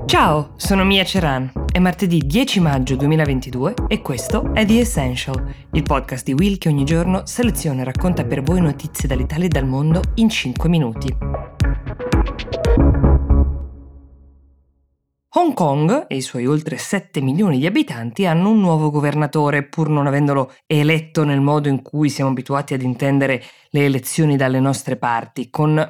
Ciao, sono Mia Ceran. È martedì 10 maggio 2022 e questo è The Essential, il podcast di Will che ogni giorno seleziona e racconta per voi notizie dall'Italia e dal mondo in 5 minuti. Hong Kong e i suoi oltre 7 milioni di abitanti hanno un nuovo governatore, pur non avendolo eletto nel modo in cui siamo abituati ad intendere le elezioni dalle nostre parti. Con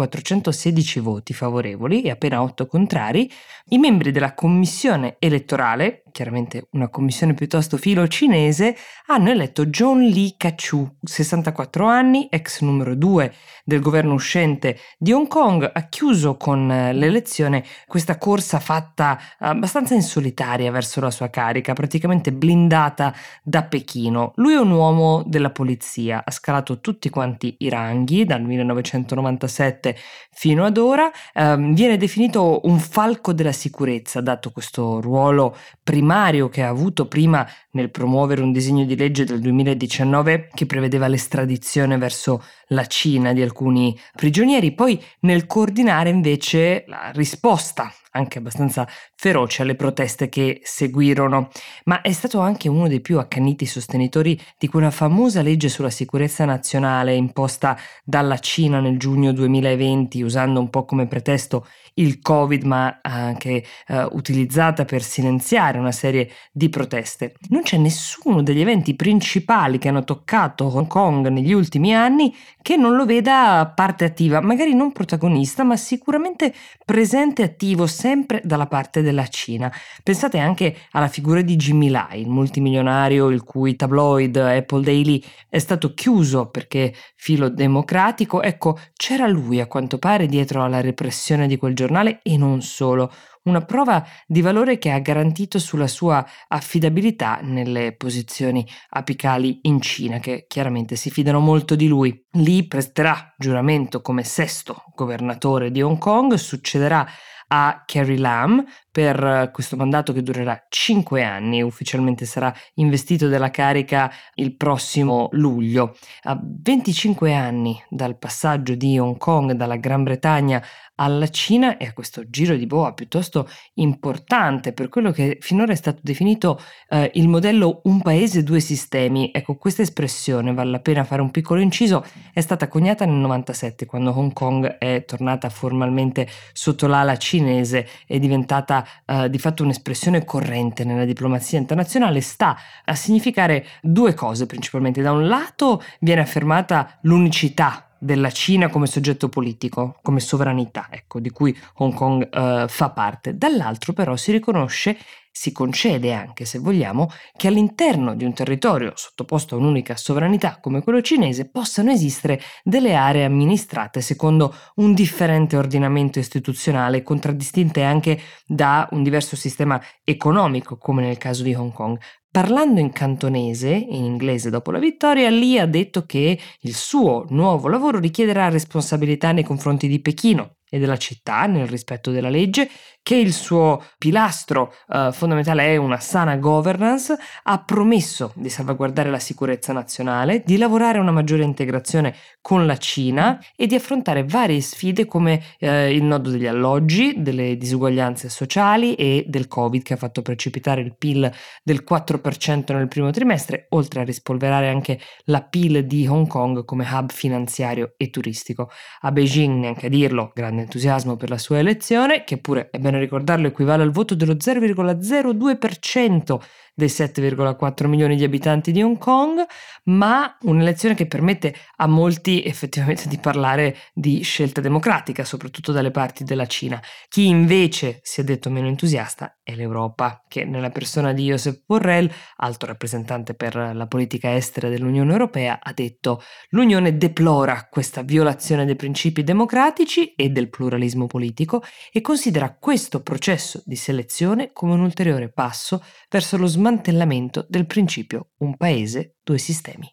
1416 voti favorevoli e appena 8 contrari, i membri della commissione elettorale, chiaramente una commissione piuttosto filo-cinese, hanno eletto John Lee Ka-chiu, 64 anni, ex numero 2 del governo uscente di Hong Kong. Ha chiuso con l'elezione questa corsa fatta abbastanza in solitaria verso la sua carica, praticamente blindata da Pechino. Lui è un uomo della polizia, ha scalato tutti quanti i ranghi dal 1997 fino ad ora, viene definito un falco della sicurezza, dato questo ruolo primario che ha avuto prima nel promuovere un disegno di legge del 2019 che prevedeva l'estradizione verso la Cina di alcuni prigionieri, poi nel coordinare invece la risposta anche abbastanza feroce alle proteste che seguirono, ma è stato anche uno dei più accaniti sostenitori di quella famosa legge sulla sicurezza nazionale imposta dalla Cina nel giugno 2020, usando un po' come pretesto il Covid, ma anche utilizzata per silenziare una serie di proteste. Non c'è nessuno degli eventi principali che hanno toccato Hong Kong negli ultimi anni che non lo veda parte attiva, magari non protagonista, ma sicuramente presente e attivo sempre dalla parte della Cina. Pensate anche alla figura di Jimmy Lai, il multimilionario il cui tabloid Apple Daily è stato chiuso perché filo democratico. Ecco, c'era lui a quanto pare dietro alla repressione di quel giornale e non solo. Una prova di valore che ha garantito sulla sua affidabilità nelle posizioni apicali in Cina, che chiaramente si fidano molto di lui. Lì presterà giuramento come sesto governatore di Hong Kong, succederà a Carrie Lam per questo mandato che durerà 5 anni. Ufficialmente sarà investito della carica il prossimo luglio. A 25 anni dal passaggio di Hong Kong dalla Gran Bretagna alla Cina e a questo giro di boa piuttosto importante per quello che finora è stato definito il modello un paese due sistemi. Ecco, questa espressione, vale la pena fare un piccolo inciso, è stata coniata nel 97 quando Hong Kong è tornata formalmente sotto l'ala cinese, è diventata di fatto un'espressione corrente nella diplomazia internazionale. Sta a significare due cose principalmente. Da un lato viene affermata l'unicità della Cina come soggetto politico, come sovranità, ecco, di cui Hong Kong fa parte. Dall'altro però si concede anche, se vogliamo, che all'interno di un territorio sottoposto a un'unica sovranità come quello cinese possano esistere delle aree amministrate secondo un differente ordinamento istituzionale, contraddistinte anche da un diverso sistema economico, come nel caso di Hong Kong. Parlando in cantonese, in inglese dopo la vittoria, Lee ha detto che il suo nuovo lavoro richiederà responsabilità nei confronti di Pechino e della città nel rispetto della legge, che il suo pilastro fondamentale è una sana governance. Ha promesso di salvaguardare la sicurezza nazionale, di lavorare a una maggiore integrazione con la Cina e di affrontare varie sfide come il nodo degli alloggi, delle disuguaglianze sociali e del Covid che ha fatto precipitare il PIL del 4% nel primo trimestre, oltre a rispolverare anche la PIL di Hong Kong come hub finanziario e turistico. A Beijing, neanche a dirlo, grande entusiasmo per la sua elezione, che pure, è bene ricordarlo, equivale al voto dello 0,02% dei 7,4 milioni di abitanti di Hong Kong, ma un'elezione che permette a molti effettivamente di parlare di scelta democratica, soprattutto dalle parti della Cina. Chi invece si è detto meno entusiasta è l'Europa, che nella persona di Josep Borrell, alto rappresentante per la politica estera dell'Unione Europea, ha detto: l'Unione deplora questa violazione dei principi democratici e del pluralismo politico e considera questo processo di selezione come un ulteriore passo verso lo smantellamento del principio un paese, due sistemi.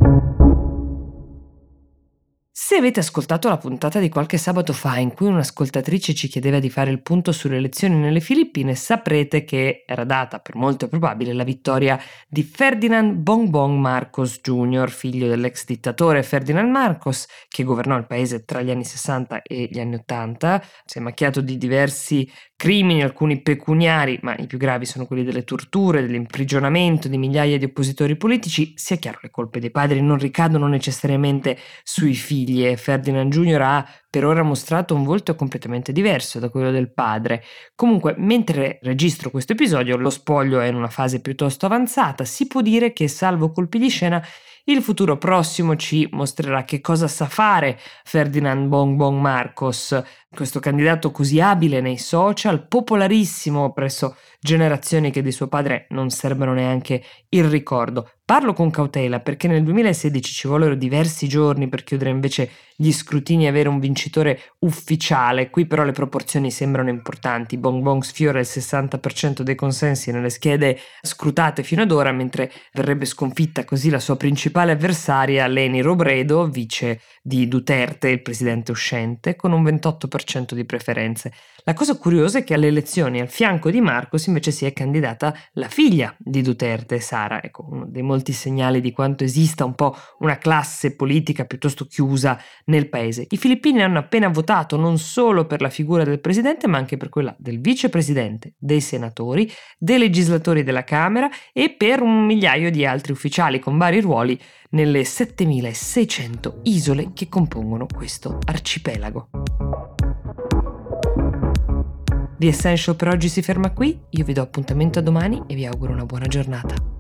Se avete ascoltato la puntata di qualche sabato fa in cui un'ascoltatrice ci chiedeva di fare il punto sulle elezioni nelle Filippine, saprete che era data per molto probabile la vittoria di Ferdinand Bongbong Marcos Jr., figlio dell'ex dittatore Ferdinand Marcos, che governò il paese tra gli anni 60 e gli anni 80. Si è macchiato di diversi crimini, alcuni pecuniari, ma i più gravi sono quelli delle torture, dell'imprigionamento di migliaia di oppositori politici. Sia chiaro, le colpe dei padri non ricadono necessariamente sui figli e Ferdinand Junior ha per ora mostrato un volto completamente diverso da quello del padre. Comunque, mentre registro questo episodio, lo spoglio è in una fase piuttosto avanzata. Si può dire che, salvo colpi di scena, il futuro prossimo ci mostrerà che cosa sa fare Ferdinand Bong Bong Marcos, questo candidato così abile nei social, popolarissimo presso generazioni che di suo padre non servono neanche il ricordo. Parlo con cautela perché nel 2016 ci vollero diversi giorni per chiudere invece gli scrutini e avere un vincitore ufficiale. Qui però le proporzioni sembrano importanti. Bong Bong sfiora il 60% dei consensi nelle schede scrutate fino ad ora, mentre verrebbe sconfitta così la sua principale avversaria, Leni Robredo, vice di Duterte, il presidente uscente, con un 28% di preferenze. La cosa curiosa è che alle elezioni al fianco di Marcos invece si è candidata la figlia di Duterte, Sara. Ecco, uno dei molti segnali di quanto esista un po' una classe politica piuttosto chiusa nel paese. I filippini hanno appena votato non solo per la figura del presidente, ma anche per quella del vicepresidente, dei senatori, dei legislatori della Camera e per un migliaio di altri ufficiali con vari ruoli nelle 7600 isole che compongono questo arcipelago. The Essential per oggi si ferma qui, io vi do appuntamento a domani e vi auguro una buona giornata.